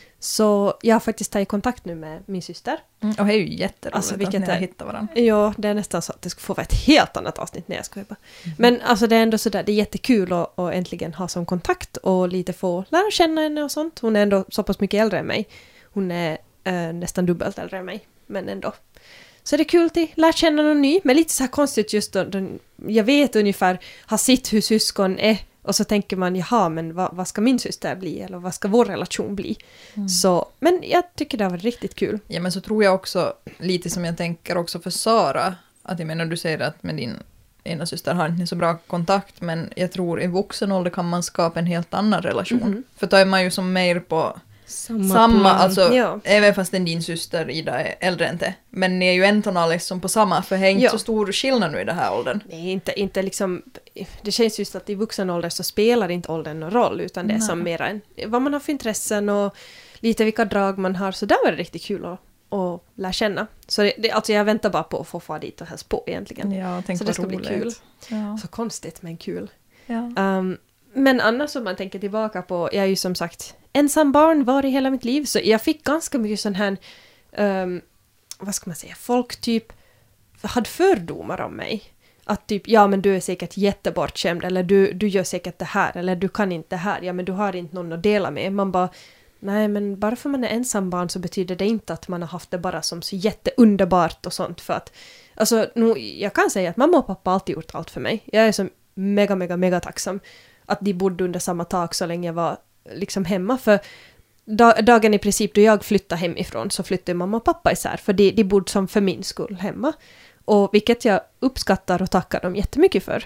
Så jag har faktiskt tagit kontakt nu med min syster.
Mm. Och det är ju jätteroligt
Alltså,
att
vilket
ni har
är-
hittat varandra.
Ja, det är nästan så att det skulle få vara ett helt annat avsnitt när jag skojar bara. Men alltså det är ändå sådär, det är jättekul att, att äntligen ha som kontakt och lite få lära känna henne och sånt. Hon är ändå så pass mycket äldre än mig. Hon är äh, nästan dubbelt äldre än mig, men ändå. Så det är kul att lära känna någon ny, men lite så här konstigt just då, då jag vet ungefär, har sett hur syskon är, och så tänker man, jaha, men vad, vad ska min syster bli, eller vad ska vår relation bli?
Mm.
Så, men jag tycker det har varit riktigt kul.
Ja, men så tror jag också, lite som jag tänker också för Sara, att jag menar, du säger att med din ena syster har inte så bra kontakt, men jag tror i vuxen ålder kan man skapa en helt annan relation.
Mhm.
För då är man ju som mer på
Samma,
samma,
plan.
alltså,
Ja.
även fast din syster Ida är äldre än det, men ni är ju ändå liksom på samma, för det är inte
Ja.
så stor skillnad nu i den här åldern.
Nej, inte, inte liksom, det känns just att i vuxen ålder så spelar inte åldern någon roll, utan det är
Nej.
som mer en, vad man har för intressen och lite vilka drag man har, så där var det riktigt kul att, att lära känna. Så det, det, alltså jag väntar bara på att få fara dit och hälsa på egentligen.
Ja, tänk
Så
vad
det ska bli
roligt.
kul.
Ja.
Så konstigt men kul.
Ja.
Um, men annars om man tänker tillbaka på, jag är ju som sagt ensam barn var i hela mitt liv, så jag fick ganska mycket sån här, um, vad ska man säga, folk typ hade fördomar om mig. Att typ, ja men du är säkert jättebortskämd, eller du, du gör säkert det här, eller du kan inte det här, ja men du har inte någon att dela med. Man bara, nej men bara för man är ensam barn så betyder det inte att man har haft det bara som så jätteunderbart och sånt, för att, alltså nu, jag kan säga att mamma och pappa alltid gjort allt för mig. Jag är så mega, mega, mega tacksam att de bodde under samma tak så länge jag var liksom hemma, för da- dagen i princip då jag flyttade hemifrån så flyttade mamma och pappa isär, för de, de bodde som för min skull hemma. Och vilket jag uppskattar och tackar dem jättemycket för.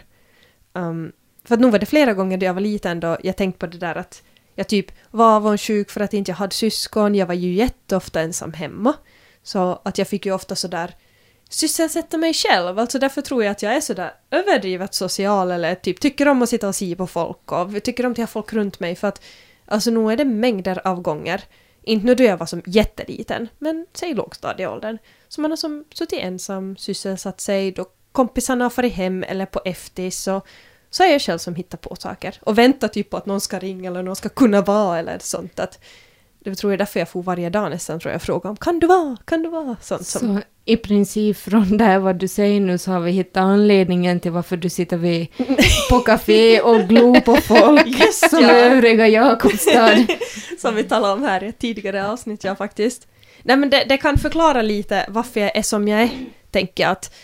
Um, för att nu var det flera gånger då jag var liten då jag tänkte på det där att jag typ var avundsjuk för att inte jag hade syskon. Jag var ju jätteofta ensam hemma. Så att jag fick ju ofta sådär sysselsätta mig själv. Alltså därför tror jag att jag är sådär överdrivet social, eller typ tycker om att sitta och se på folk och tycker om att ha folk runt mig, för att alltså nu är det mängder av gånger, inte nu då jag var som jätteliten, men säg lågstadieåldern, så man har som suttit ensam, sysselsatt sig, då kompisarna har farit hem eller på eftis, så, så är jag själv som hittar på saker och väntar typ på att någon ska ringa eller någon ska kunna vara eller sånt. Att det tror jag därför jag får varje dag nästan, tror jag, fråga om kan du vara, kan du vara, sånt som...
Så i princip från där vad du säger nu så har vi hittat anledningen till varför du sitter vid, på café och glor på folk
Just
som
ja.
övriga Jakobstad.
Som vi talade om här i ett tidigare avsnitt, ja faktiskt. Nej men det, det kan förklara lite varför jag är som jag är, tänker jag. Att,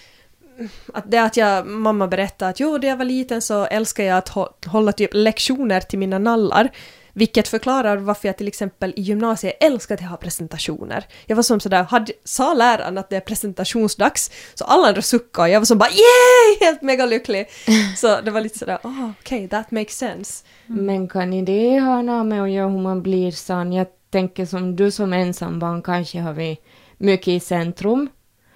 att det att jag, mamma berättade att jo, när jag var liten så älskar jag att hå, hålla typ lektioner till mina nallar. Vilket förklarar varför jag till exempel i gymnasiet älskade att ha presentationer. Jag var som sådär, hade, sa läraren att det är presentationsdags, så alla andra suckade och jag var som bara yay, helt mega lycklig. Så det var lite sådär, oh, okej, okay, that makes sense.
Men kan i det ha något med att göra hur man blir sann? Jag tänker som du som ensambarn kanske har vi mycket i centrum.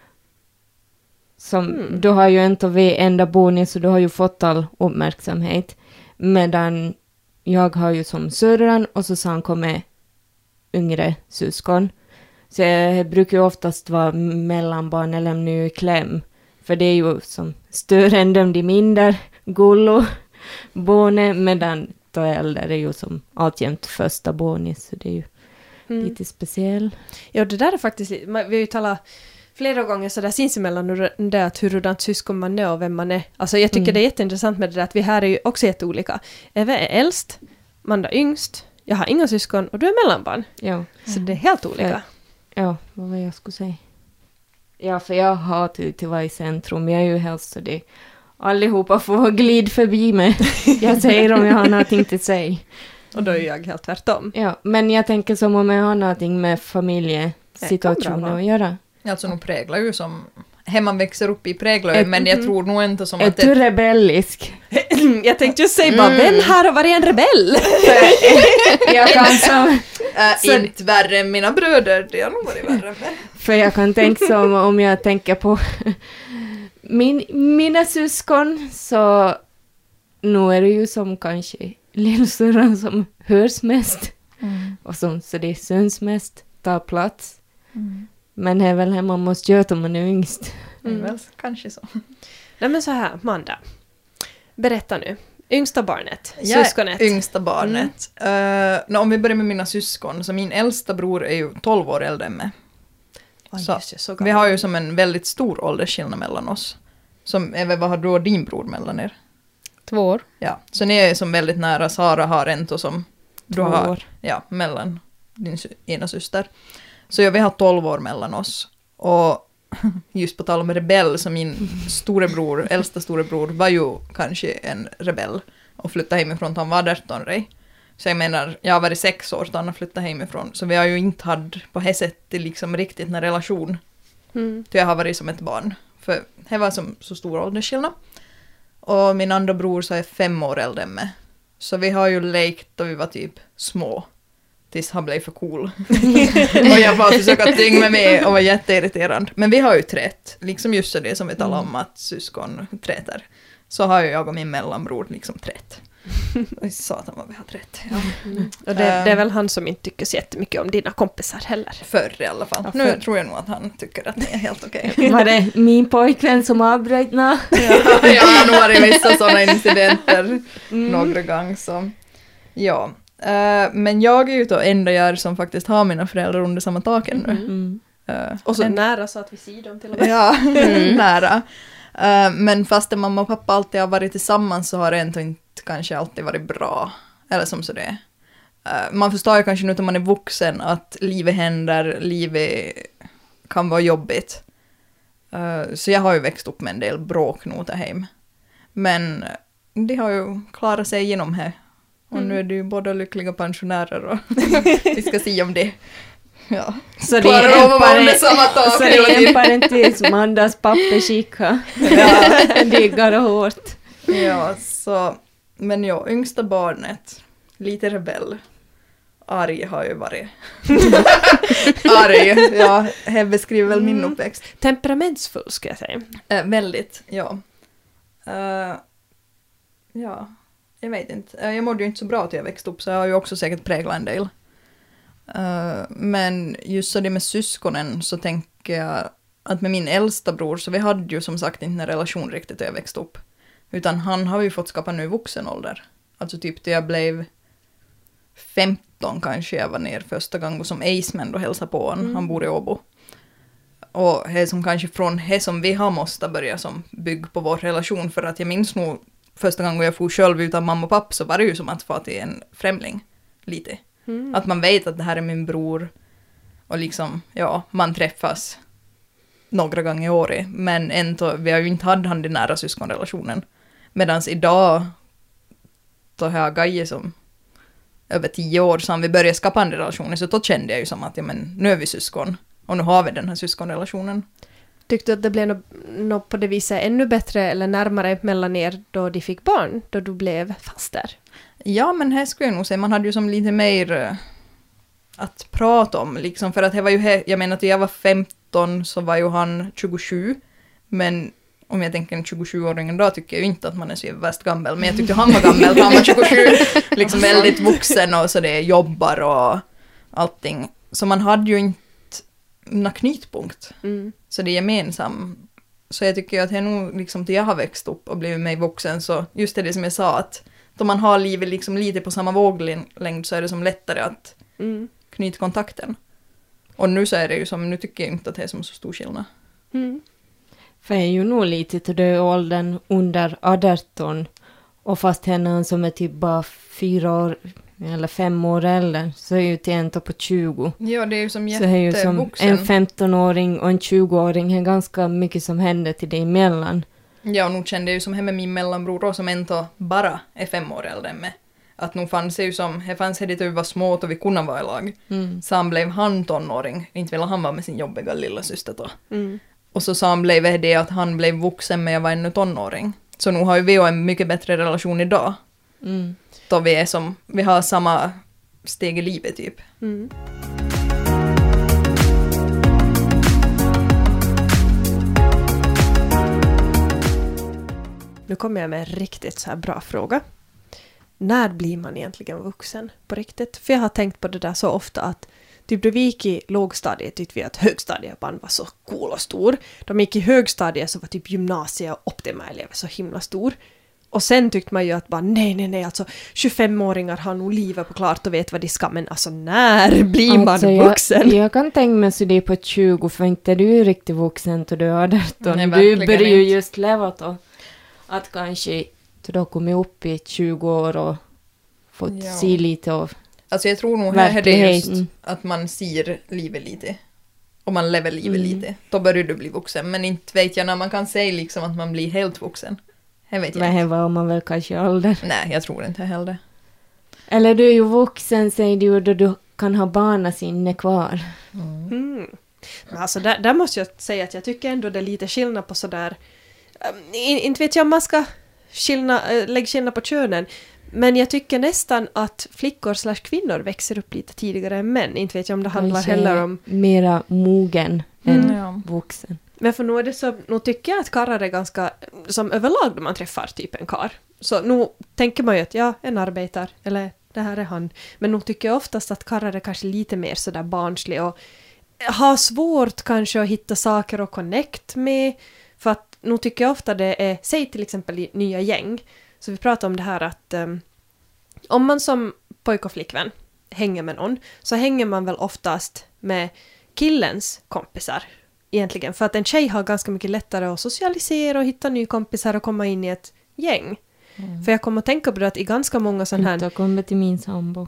Som,
Mm.
Du har ju inte vi enda bonis så du har ju fått all uppmärksamhet. Medan jag har ju som syrran och så sen kommer yngre syskon. Så jag brukar ju oftast vara mellanbarn eller nu i kläm. För det är ju som större än de, de mindre gullo barnen, medan då äldre är ju som alltjämt första bonis, så det är ju
Mm.
lite speciellt.
Ja, det där är faktiskt, vi har ju talat flera gånger sådär sinsemellan hur det att hurdant syskon man är och vem man är. Alltså jag tycker
Mm.
det är jätteintressant med det där att vi här är ju också jätteolika. Eva är äldst, Manda yngst, jag har inga syskon och du är mellanbarn.
Ja,
Så det är helt olika.
ja, vad var jag skulle säga? Ja, för jag hatar ju till att vara i centrum. Jag är ju helst så det allihopa får glid förbi mig. Jag säger om jag har någonting till sig.
Och då är jag helt tvärtom.
Ja, men jag tänker som om jag har någonting med
Det kan
familjesituationer
bra
att göra.
Alltså nu präglar ju som... Hemman växer upp i präglar,
Ett-
men jag
mhm.
tror nog inte som
Är
att
du
det...
rebellisk?
Jag tänkte ju säga bara,
Mm.
vem här har varit en rebell?
Jag kan som,
Äh,
Så-
inte värre än mina bröder, det har nog varit värre. Men...
för jag kan tänka som om jag tänker på min, mina syskon, så nu är det ju som kanske lillsyrran som hörs mest. Och som, så det syns mest. ta plats.
Mm.
Men det är väl här man måste göra om man är yngst.
Mm. Väl, kanske så.
Nej men så här, Manda. Berätta nu. Yngsta barnet,
Jag
syskonet.
är yngsta barnet. Mm. Uh, no, om vi börjar med mina syskon, så min äldsta bror är ju tolv år äldre än mig.
Oh,
Så,
just det, så
vi har ju som en väldigt stor åldersskillnad mellan oss. Som, Eva, vad har du och din bror mellan er?
Två år.
Ja, så ni är som väldigt nära. Sara har en och som du
Två
har
år.
Ja, mellan din sy- ena syster. Så ja, vi har tolv år mellan oss. Och just på tal om rebell, så min storebror, äldsta storebror var ju kanske en rebell och flyttade hemifrån till han var arton rej. Så jag menar, jag har varit sex år då han flyttade hemifrån. Så vi har ju inte haft på det sättet liksom riktigt en relation.
Mm.
Så jag har varit som ett barn. För det var som så stor åldersskillnad. Och min andra bror så är fem år äldre än mig. Så vi har ju lekt då vi var typ små. Tills han blev för cool. Och jag bara försökte tynga mig med och var jätteirriterad. Men vi har ju trätt. Liksom just så det som vi talar om att syskon träter. Så har ju jag och min mellanbror liksom trätt. Och satan vad vi har trätt. Ja.
Mm. Och det, det är väl han som inte tycker så jättemycket om dina kompisar heller.
Förr i alla fall.
Ja,
Nu
förr.
tror jag nog att han tycker att det är helt okej.
Var det min pojkvän som avbröt nå?
Ja, jag har nog varit vissa sådana incidenter några gånger. Så. Ja. Uh, men jag är ju då enda jag som faktiskt har mina föräldrar under samma tak ännu.
Mm.
Uh,
Och så
en-
nära så att vi ser dem till och med.
Ja, nära. Uh, men fast mamma och pappa alltid har varit tillsammans så har det ändå inte kanske alltid varit bra. Eller som så det är. Uh, man förstår ju kanske nu när man är vuxen att livet händer, livet kan vara jobbigt. Uh, så jag har ju växt upp med en del bråk nog där hem. Men de har ju klarat sig igenom det. Och
Mm.
nu är det ju båda lyckliga pensionärer och vi ska se om det. Ja.
Så det
Klarar
är
av att vara
en,
under samma tak
så
hela
det är en
tiden.
parentes, Mandas pappa skicka.
Ja.
Diggar hårt.
Ja, så, men ja, yngsta barnet, lite rebell. Arg har ju varit. Arg, ja, det beskriver väl min uppväxt.
Temperamentsfull ska jag säga.
Äh, väldigt, ja. Uh, ja, jag vet inte. Uh, jag mådde ju inte så bra till jag växte upp, så jag har ju också säkert präglat en del. Uh, men just så det med syskonen så tänker jag att med min äldsta bror, så vi hade ju som sagt inte en relation riktigt när jag växte upp. Utan han har ju fått skapa nu i vuxen ålder. Alltså typ när jag blev femton kanske jag var ner första gången som Aceman då hälsade på honom.
Mm.
Han bor i Åbo. Och det som kanske från det som vi har måste börja som bygga på vår relation. För att jag minns nog första gången jag får själv utan mamma och pappa så var det ju som att få till en främling. Lite.
Mm.
Att man vet att det här är min bror. Och liksom, ja, man träffas några gånger i året. Men ändå, vi har ju inte haft han den nära syskonrelationen. Medan idag, då har jag Gaje som över tio år sedan vi började skapa en relation. Så då kände jag ju som att, ja men nu är vi syskon. Och nu har vi den här syskonrelationen.
Tyckte du att det blev något nå på det viset ännu bättre eller närmare mellan er då de fick barn, då du blev faster?
Ja, men här skulle jag nog säga, man hade ju som lite mer uh, att prata om. Liksom, för att det var ju, he- jag menar att jag var femton så var ju han tjugosju. Men om jag tänker en tjugosjuåringen då tycker jag ju inte att man är så värst gammal. Men jag tyckte han var gammal, han var tjugosju. Liksom väldigt vuxen och så det jobbar och allting. Så man hade ju inte någon knytpunkt.
Mm.
Så det är gemensam. Så jag tycker att det är nog liksom till jag har växt upp och blivit mig vuxen så just det som jag sa att då man har livet liksom lite på samma våglängd så är det som lättare att
Mm.
knyta kontakten. Och nu så är det ju som, nu tycker jag inte att det är som så stor skillnad.
Mm.
För jag är ju nog lite till det åldern under arton. Och fast henne som är typ bara fyra år eller fem år äldre så är ju till en på tjugo.
Ja, det är ju som
Så är ju som
jättevuxen.
en femtonåring och en tjugoåring är ganska mycket som händer till det emellan.
Ja, och nog kände jag ju som hemma min mellanbror då, som ändå bara är fem år äldre än mig. Att nog fanns det ju som, det fanns det dit vi var små och vi kunde vara i lag.
Mm.
Sen blev han tonåring, inte ville han vara med sin jobbiga lilla syster då.
Mm.
Och så sen blev det att han blev vuxen men jag var ännu tonåring. Så nu har ju vi en mycket bättre relation idag.
Mm.
Då vi är som, vi har samma steg i livet typ.
Mm. Nu kommer jag med en riktigt så här bra fråga. När blir man egentligen vuxen på riktigt? För jag har tänkt på det där så ofta att typ då vi gick i lågstadiet tyckte vi att högstadiebarn var så cool och stor. De gick i högstadiet så var typ gymnasie och optima-elever så himla stor. Och sen tyckte man ju att bara nej, nej, nej, alltså tjugofemåringar har nog livet på klart och vet vad de ska, men alltså när blir man
alltså,
vuxen?
Jag, jag kan tänka mig så det är på tjugo, för inte du är riktigt vuxen och du är arton.
Nej,
du börjar ju
inte.
just leva då. Att kanske då kommit upp i tjugo år och fått
Ja.
se lite av
Alltså jag tror nog här är det just
verkligheten.
att man ser livet lite. Och man lever livet
Mm.
lite. Då börjar du bli vuxen. Men inte vet jag när man kan säga liksom att man blir helt vuxen. Det vet jag
Men
inte.
här var man väl kanske ålder.
Nej, jag tror inte heller.
Eller du är ju vuxen, säger du, då du kan ha barnasinne kvar.
Mm. Men alltså där, där måste jag säga att jag tycker ändå det är lite skillnad på sådär. Um, inte vet jag om man ska skillna, äh, lägga skillnad på könen. Men jag tycker nästan att flickor slash kvinnor växer upp lite tidigare än män. Inte vet jag om det handlar
Kanske
heller om...
mera mogen
Mm.
än
Ja.
vuxen.
Men för nu är det så, nu tycker jag att karlar är ganska, som överlag då man träffar typ en kar. Så nu tänker man ju att ja, en arbetar, eller det här är han. Men nu tycker jag oftast att karlar är kanske lite mer sådär barnslig och har svårt kanske att hitta saker att connect med. För att nu tycker jag ofta det är, säg till exempel i nya gäng. Så vi pratar om det här att um, om man som pojk och flickvän hänger med någon så hänger man väl oftast med killens kompisar. Egentligen, för att en tjej har ganska mycket lättare att socialisera och hitta nya kompisar och komma in i ett gäng. Mm. För jag kommer att tänka på det att i ganska många sådana här...
Inte har kommit till min sambo.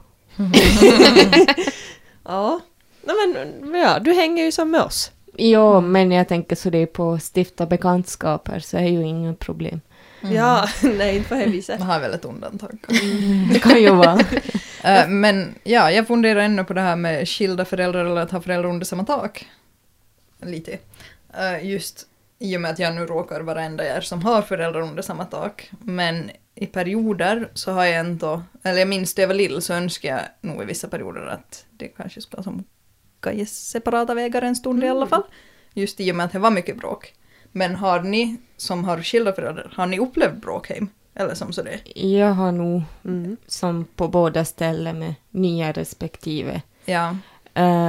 ja. Nej, men ja, du hänger ju som med oss.
Ja, men jag tänker så det är på stifta bekantskaper så är ju inga problem.
Mm.
Ja, nej, inte på det viset.
Man har väl ett undantag.
Det kan ju vara.
uh, men ja, jag funderar ännu på det här med skilda föräldrar eller att ha föräldrar under samma tak. Lite. Uh, just i och med att jag nu råkar vara enda jag är som har föräldrar under samma tak. Men i perioder så har jag ändå, eller jag minns det jag var lill så önskar jag nog i vissa perioder att det kanske skulle som kan ge separata vägar en stund mm. i alla fall. Just i och med att det var mycket bråk. Men har ni som har skilda föräldrar, har ni upplevt bråk hem? Eller som så det?
Jag har nog
Mm.
som på båda ställen med nya respektive.
Ja.
Uh,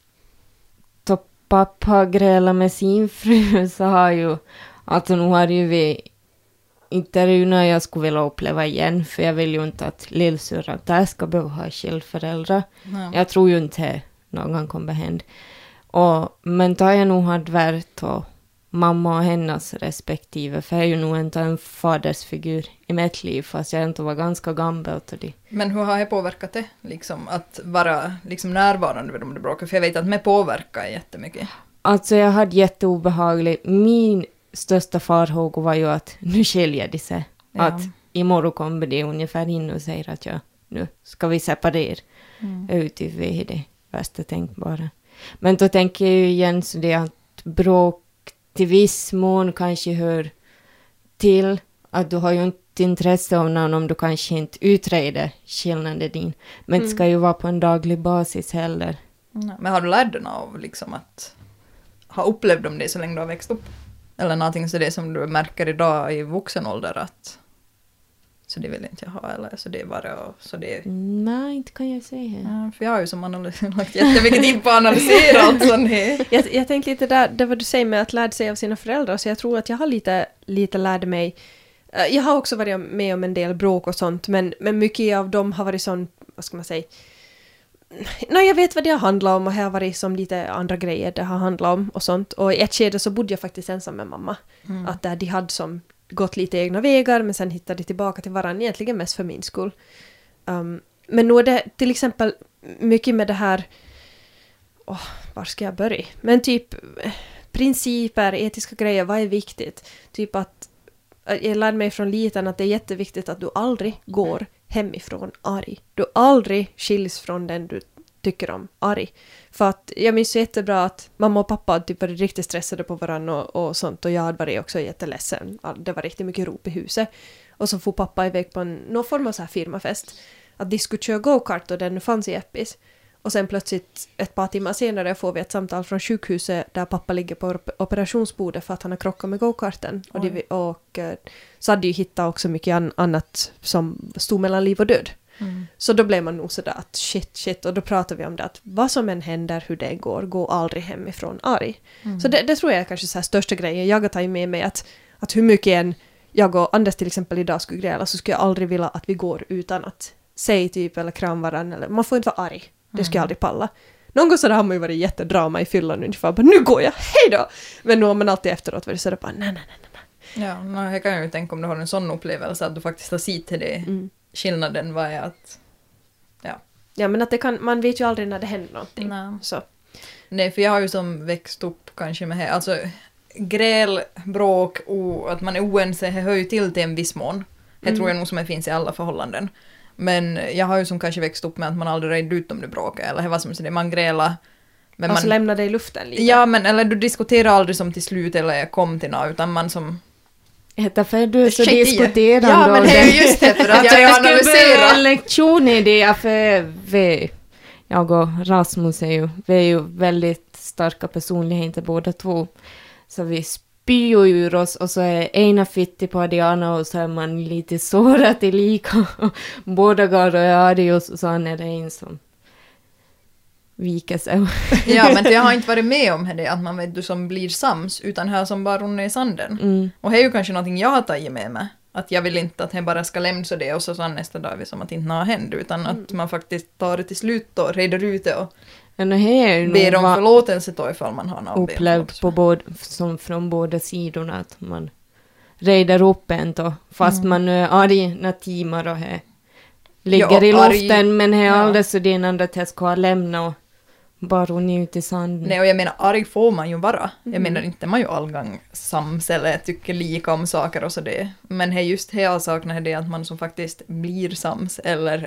då pappa grälar med sin fru så har ju, alltså nu har ju vi, inte är det ju när jag skulle vilja uppleva igen, för jag vill ju inte att lillsyrran där ska behöva ha skilföräldrar.
Ja.
Jag tror ju inte någon kommer hända. Och, men då har jag nog haft värt och mamma och hennes respektive, för jag är ju nog inte en fadersfigur i mitt liv, fast jag inte var ganska gammal till det.
Men hur har det påverkat det? Liksom, att vara liksom, närvarande vid de där bråken? För jag vet att det påverkar jättemycket.
Alltså jag hade jätteobehagligt. Min största farhåga var ju att nu skiljer de sig.
Ja.
Att imorgon kommer det ungefär in och säger att ja, nu ska vi separera.
Mm.
Utifrån det värsta tänkbara. Men då tänker jag ju igen så det att bråk till viss mån kanske hör till att du har ju inte intresse av någon om du kanske inte utreder skillnaden din. Men mm. det ska ju vara på en daglig basis heller.
Mm. Men har du lärt dig av liksom, att ha upplevt om det så länge du har växt upp? Eller någonting så det som du märker idag i vuxen ålder att så det vill inte jag ha, eller så det är bara och så det...
Nej, inte kan jag säga.
Ja, för jag har ju som analys- lagt jättemycket tid på att analysera allt sånt här.
Jag, jag tänkte lite där, det vad du säger med att lära sig av sina föräldrar, så jag tror att jag har lite, lite lärt mig. Uh, jag har också varit med om en del bråk och sånt, men, men mycket av dem har varit sån, vad ska man säga, nej, jag vet vad det har handlat om och här har varit som lite andra grejer det har handlat om och sånt. Och i ett skede så bodde jag faktiskt ensam med mamma. Mm. Att där de hade som gått lite egna vägar, men sen hittade de tillbaka till varandra, egentligen mest för min skull. Um, men nu är det till exempel mycket med det här, oh, var ska jag börja? Men typ principer, etiska grejer, vad är viktigt? Typ att, jag lärde mig från liten att det är jätteviktigt att du aldrig går hemifrån arg. Du aldrig skiljs från den du tycker om arg. För att jag minns jättebra att mamma och pappa typ var riktigt stressade på varandra och, och sånt. Och jag hade varit också jätteledsen. Det var riktigt mycket rop i huset. Och så får pappa iväg på en, någon form av så här firmafest. Att de skulle köra go-kart och den fanns i Eppis. Och sen plötsligt ett par timmar senare får vi ett samtal från sjukhuset där pappa ligger på operationsbordet för att han har krockat med go-karten. Och, de, och så hade de ju hittat också mycket annat som stod mellan liv och död.
Mm.
Så då blev man nog sådär att shit, shit. Och då pratade vi om det att vad som än händer, hur det går, gå aldrig hemifrån arg.
Mm.
Så det, det tror jag är kanske så här största grejen. Jag har tagit med mig att, att hur mycket än jag och Anders till exempel idag skulle gräla så skulle jag aldrig vilja att vi går utan att säga typ eller kram varann. Eller, man får inte vara arg. Det skulle jag aldrig palla. Någon gång så har man ju varit jättedrama i fyllan ungefär. Bara, nu går jag, hej då! Men nu har man alltid efteråt varit sådär bara, nej, nej, nej, nej.
Ja, no, jag kan ju tänka om du har en sån upplevelse att du faktiskt har sett till det.
Mm.
Skillnaden var är att... Ja.
Ja, men att det kan, man vet ju aldrig när det händer någonting.
Nej.
Så.
Nej, för jag har ju som växt upp kanske med... Alltså, gräl, bråk och att man är oense hör ju till till en viss mån. Det
Mm.
tror jag nog som det finns i alla förhållanden. Men jag har ju som kanske växt upp med att man aldrig rejde ut om du bråkar. Eller det var som så det, man grälar. Men
Alltså
man,
lämna det i luften lite.
ja, men eller du diskuterar aldrig som till slut eller kom till något, utan man som...
Heter för du är så
Skit i.
diskuterande.
Ja, men
och
det är ju just det, för att jag,
jag
jag
skulle behöva en
analyserar.
lektion i det, för vi, jag och Rasmus är ju, vi är ju väldigt starka personligheter båda två. Så vi spyr ur oss och så är ena fitti på det andra och så är man lite sårad i lika. Båda går och är det och så är det en som viker sig.
Ja, men jag har inte varit med om det, att man vet du som blir sams, utan här som bara runnar i sanden.
Mm.
Och det är ju kanske någonting jag har tagit med mig. Att jag vill inte att det bara ska lämna så det och så, så nästa dag är vi som att inte har hänt, utan
Mm.
att man faktiskt tar det till slut och reder ut det och
Men det här är ju
ber
nog
om
va-
förlåtelse då ifall man har någon
upplevt på både, som från båda sidorna att man reder upp en då, fast
Mm.
man är arg när timmar och här ligger
Ja,
i
arg-
luften, men här
ja.
aldrig så det är andra att jag ska lämna och bara runna ut i sanden.
Nej, och jag menar, arg får man ju vara. Jag
Mm.
menar, inte man ju allgång sams eller tycker lika om saker och så det. Men det är just det jag saknar, det att man som faktiskt blir sams eller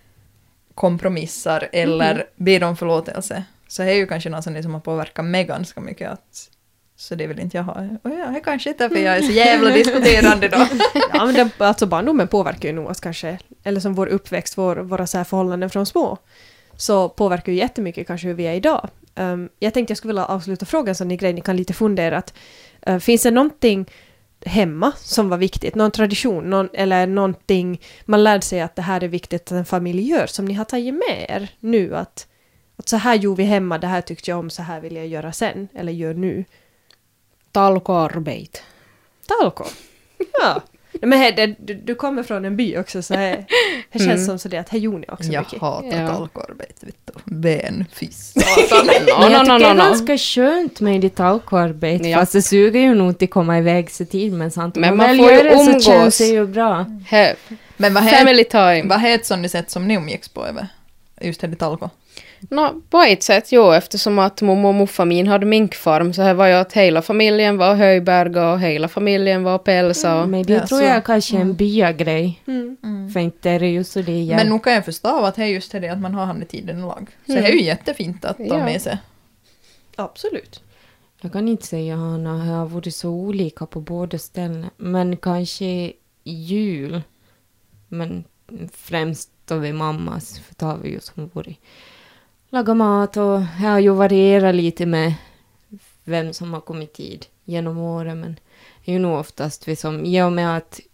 kompromissar eller
Mhm.
ber om förlåtelse. Så det är ju kanske något som liksom har påverkat mig ganska mycket. Att, så det vill inte jag ha. Och ja, det är kanske inte för jag är så jävla diskuterande då.
Ja, men det, alltså barndomen påverkar ju nog oss kanske. Eller som vår uppväxt, vår, våra så här förhållanden från små. Så påverkar ju jättemycket kanske hur vi är idag. Um, jag tänkte jag skulle vilja avsluta frågan så ni grejer, ni kan lite fundera. Att, uh, finns det någonting hemma som var viktigt? Någon tradition? Någon, eller någonting man lärde sig att det här är viktigt att en familj gör som ni har tagit med er nu? Att, att så här gjorde vi hemma, det här tyckte jag om, så här vill jag göra sen. Eller gör nu.
Talkoarbete.
Talko. Ja. Nej, men här, det, du, du kommer från en by också så här, det känns
Mm.
som så det att här gjorde ni också
Jag
mycket.
hatar
Ja.
talkarbete, vet du. Ben, fys.
No,
Men jag
no,
tycker
no,
det är
no, no.
ganska skönt med ditt talkoarbete,
Ja.
fast det suger ju nog till att komma iväg så tid, men sant.
Men
Om
man
väl
får ju
gör det så
umgås.
känns det ju bra.
He,
Men vad heter,
family time.
vad heter sån sätt som ni umgicks på över? Just det, talko.
No, på ett sätt, jo, eftersom att mormor och morfamiljen hade minkfarm så här var ju att hela familjen var höjberga och hela familjen var pälsa. och-
Men det
Ja,
tror
så-
jag kanske är en byagrej,
Mm.
för inte är det ju så det är.
Men nog kan jag förstå att det är just det att man har handetiden i lag. Så
Mm.
det är ju jättefint att ta
Ja.
med sig.
Absolut.
Jag kan inte säga att han har varit så olika på båda ställen. Men kanske jul. Men främst då vid mammas. För då har vi ju som varit laga mat och jag har ju varierat lite med vem som har kommit tid genom åren. Men det är ju nog oftast vi som, i och med att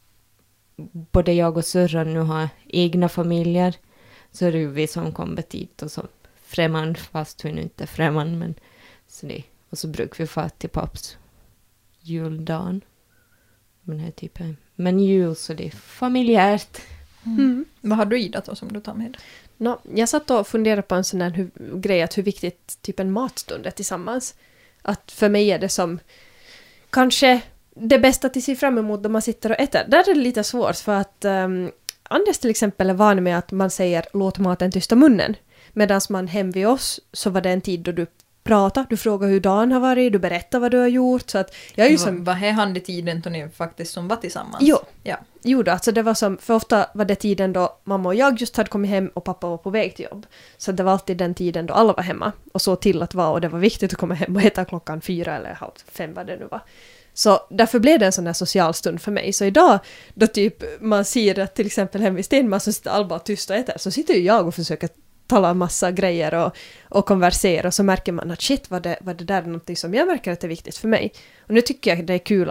både jag och syrran nu har egna familjer, så är det ju vi som kommer dit och så främmande, fast vi nu inte är främmande, men så det. Och så brukar vi få till papps juldagen. Men det är typ, men jul så det är familjärt.
Mm.
Vad har du i då som du tar med?
No, jag satt och funderade på en sån här hur, grej att hur viktigt typ en matstund är tillsammans. Att för mig är det som kanske det bästa att se fram emot när man sitter och äter. Där är det lite svårt för att um, Anders till exempel är van med att man säger låt maten tysta munnen. Medan man hem vid oss så var det en tid då du pratar, du frågar hur dagen har varit, du berättar vad du har gjort. Så att jag är ju som...
Vad är handetiden då ni faktiskt som var tillsammans?
Jo.
Ja.
Jo då, alltså det var som, för ofta var det tiden då mamma och jag just hade kommit hem och pappa var på väg till jobb. Så det var alltid den tiden då alla var hemma och så till att vara, och det var viktigt att komma hem och äta klockan fyra eller halv fem vad det nu var. Så därför blev det en sån här social stund för mig. Så idag då typ man ser att till exempel hem vid Stenman så sitter alla bara tyst och äter, så sitter ju jag och försöker tala en massa grejer och, och konversera, och så märker man att shit vad det, vad det där är någonting som jag märker att det är viktigt för mig. Och nu tycker jag det är kul att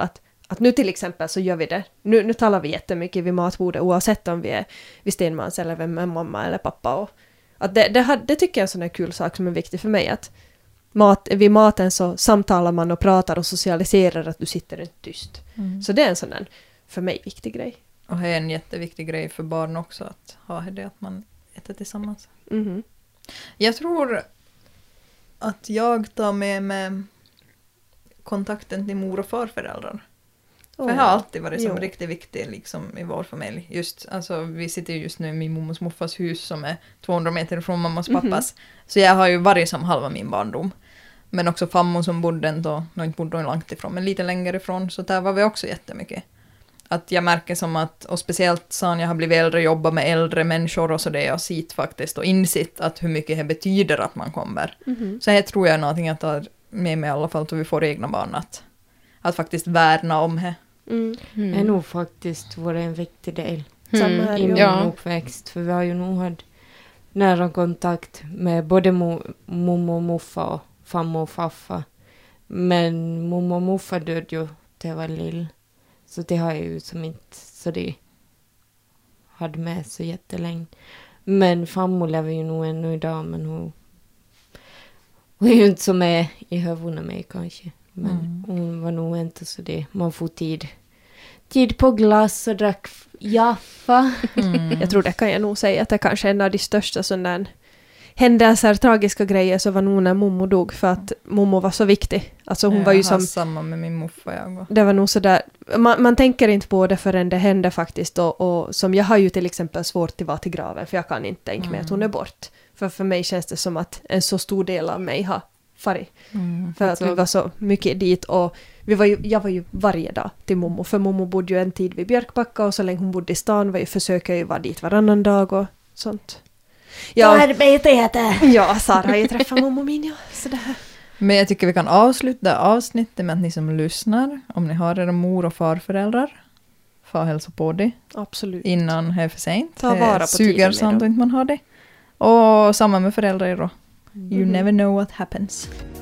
att nu till exempel så gör vi det. Nu, nu talar vi jättemycket vid matbordet oavsett om vi är vid Stenmans eller vem är mamma eller pappa. Och att det, det, det tycker jag är en sån här kul sak som är viktig för mig. Att mat, vid maten så samtalar man och pratar och socialiserar att du sitter inte tyst. Mm. Så det är en sån där för mig viktig grej.
Och det är en jätteviktig grej för barn också att ha det att man äter tillsammans.
Mm.
Jag tror att jag tar med mig kontakten till mor- och farföräldrar.
Oh,
för det har alltid varit som
jo.
riktigt viktigt liksom, i vår familj. Just, alltså, vi sitter ju just nu i min mormors morfars hus som är tvåhundra meter från mammas pappas. Mm-hmm. Så jag har ju varit som halva min barndom. Men också farmor som bodde ändå, nog inte bodde långt ifrån, men lite längre ifrån. Så där var vi också jättemycket. Att jag märker som att, och speciellt sen jag har blivit äldre, jobbat med äldre människor och så det jag sitt faktiskt och insitt att hur mycket det betyder att man kommer.
Mm-hmm.
Så här tror jag är någonting jag tar med mig i alla fall till vi får egna barn. Att, att faktiskt värna om det.
Mm.
Mm. är nog faktiskt varit en viktig del
mm.
i min
ja.
uppväxt. För vi har ju nog haft nära kontakt med både mo- mommo och muffa och farmor och faffa. Men mommo och muffa död ju till jag var lill. Så det har jag ju som inte så det hade med så jättelänge. Men farmor lever ju nog ännu idag, men hon, hon är ju inte så med i huvudena mig kanske. Men mm. hon var nog inte så det. Man får tid. Tid på glass och drack jaffa.
Mm. Jag tror det kan jag nog säga att det kanske är en av de största sådana händelser, tragiska grejer så var nog när mommo dog för att mommo var så viktig. Alltså hon
jag
var ju
har
som...
samma med min morfar jag
Det var nog sådär... Man, man tänker inte på det förrän det hände faktiskt. Och, och som jag har ju till exempel svårt att vara till graven för jag kan inte tänka mig mm. att hon är bort. För för mig känns det som att en så stor del av mig har farit. Mm. För att så. Vi var så mycket dit och vi var ju, jag var ju varje dag till mommo. För mommo bodde ju en tid vid Björkbacka och så länge hon bodde i stan var ju, försöker jag ju vara dit varannan dag och sånt.
Ja, arbetet!
Ja, Sara har ju träffat mommo min, ja. Sådär.
Men jag tycker vi kan avsluta avsnittet med att ni som lyssnar, om ni har era mor- och farföräldrar, få hälsa på det.
Absolut.
Innan det är för sent.
Ta vara på
suger sant och inte man har det. Och samma med föräldrar då. You mm. never know what happens.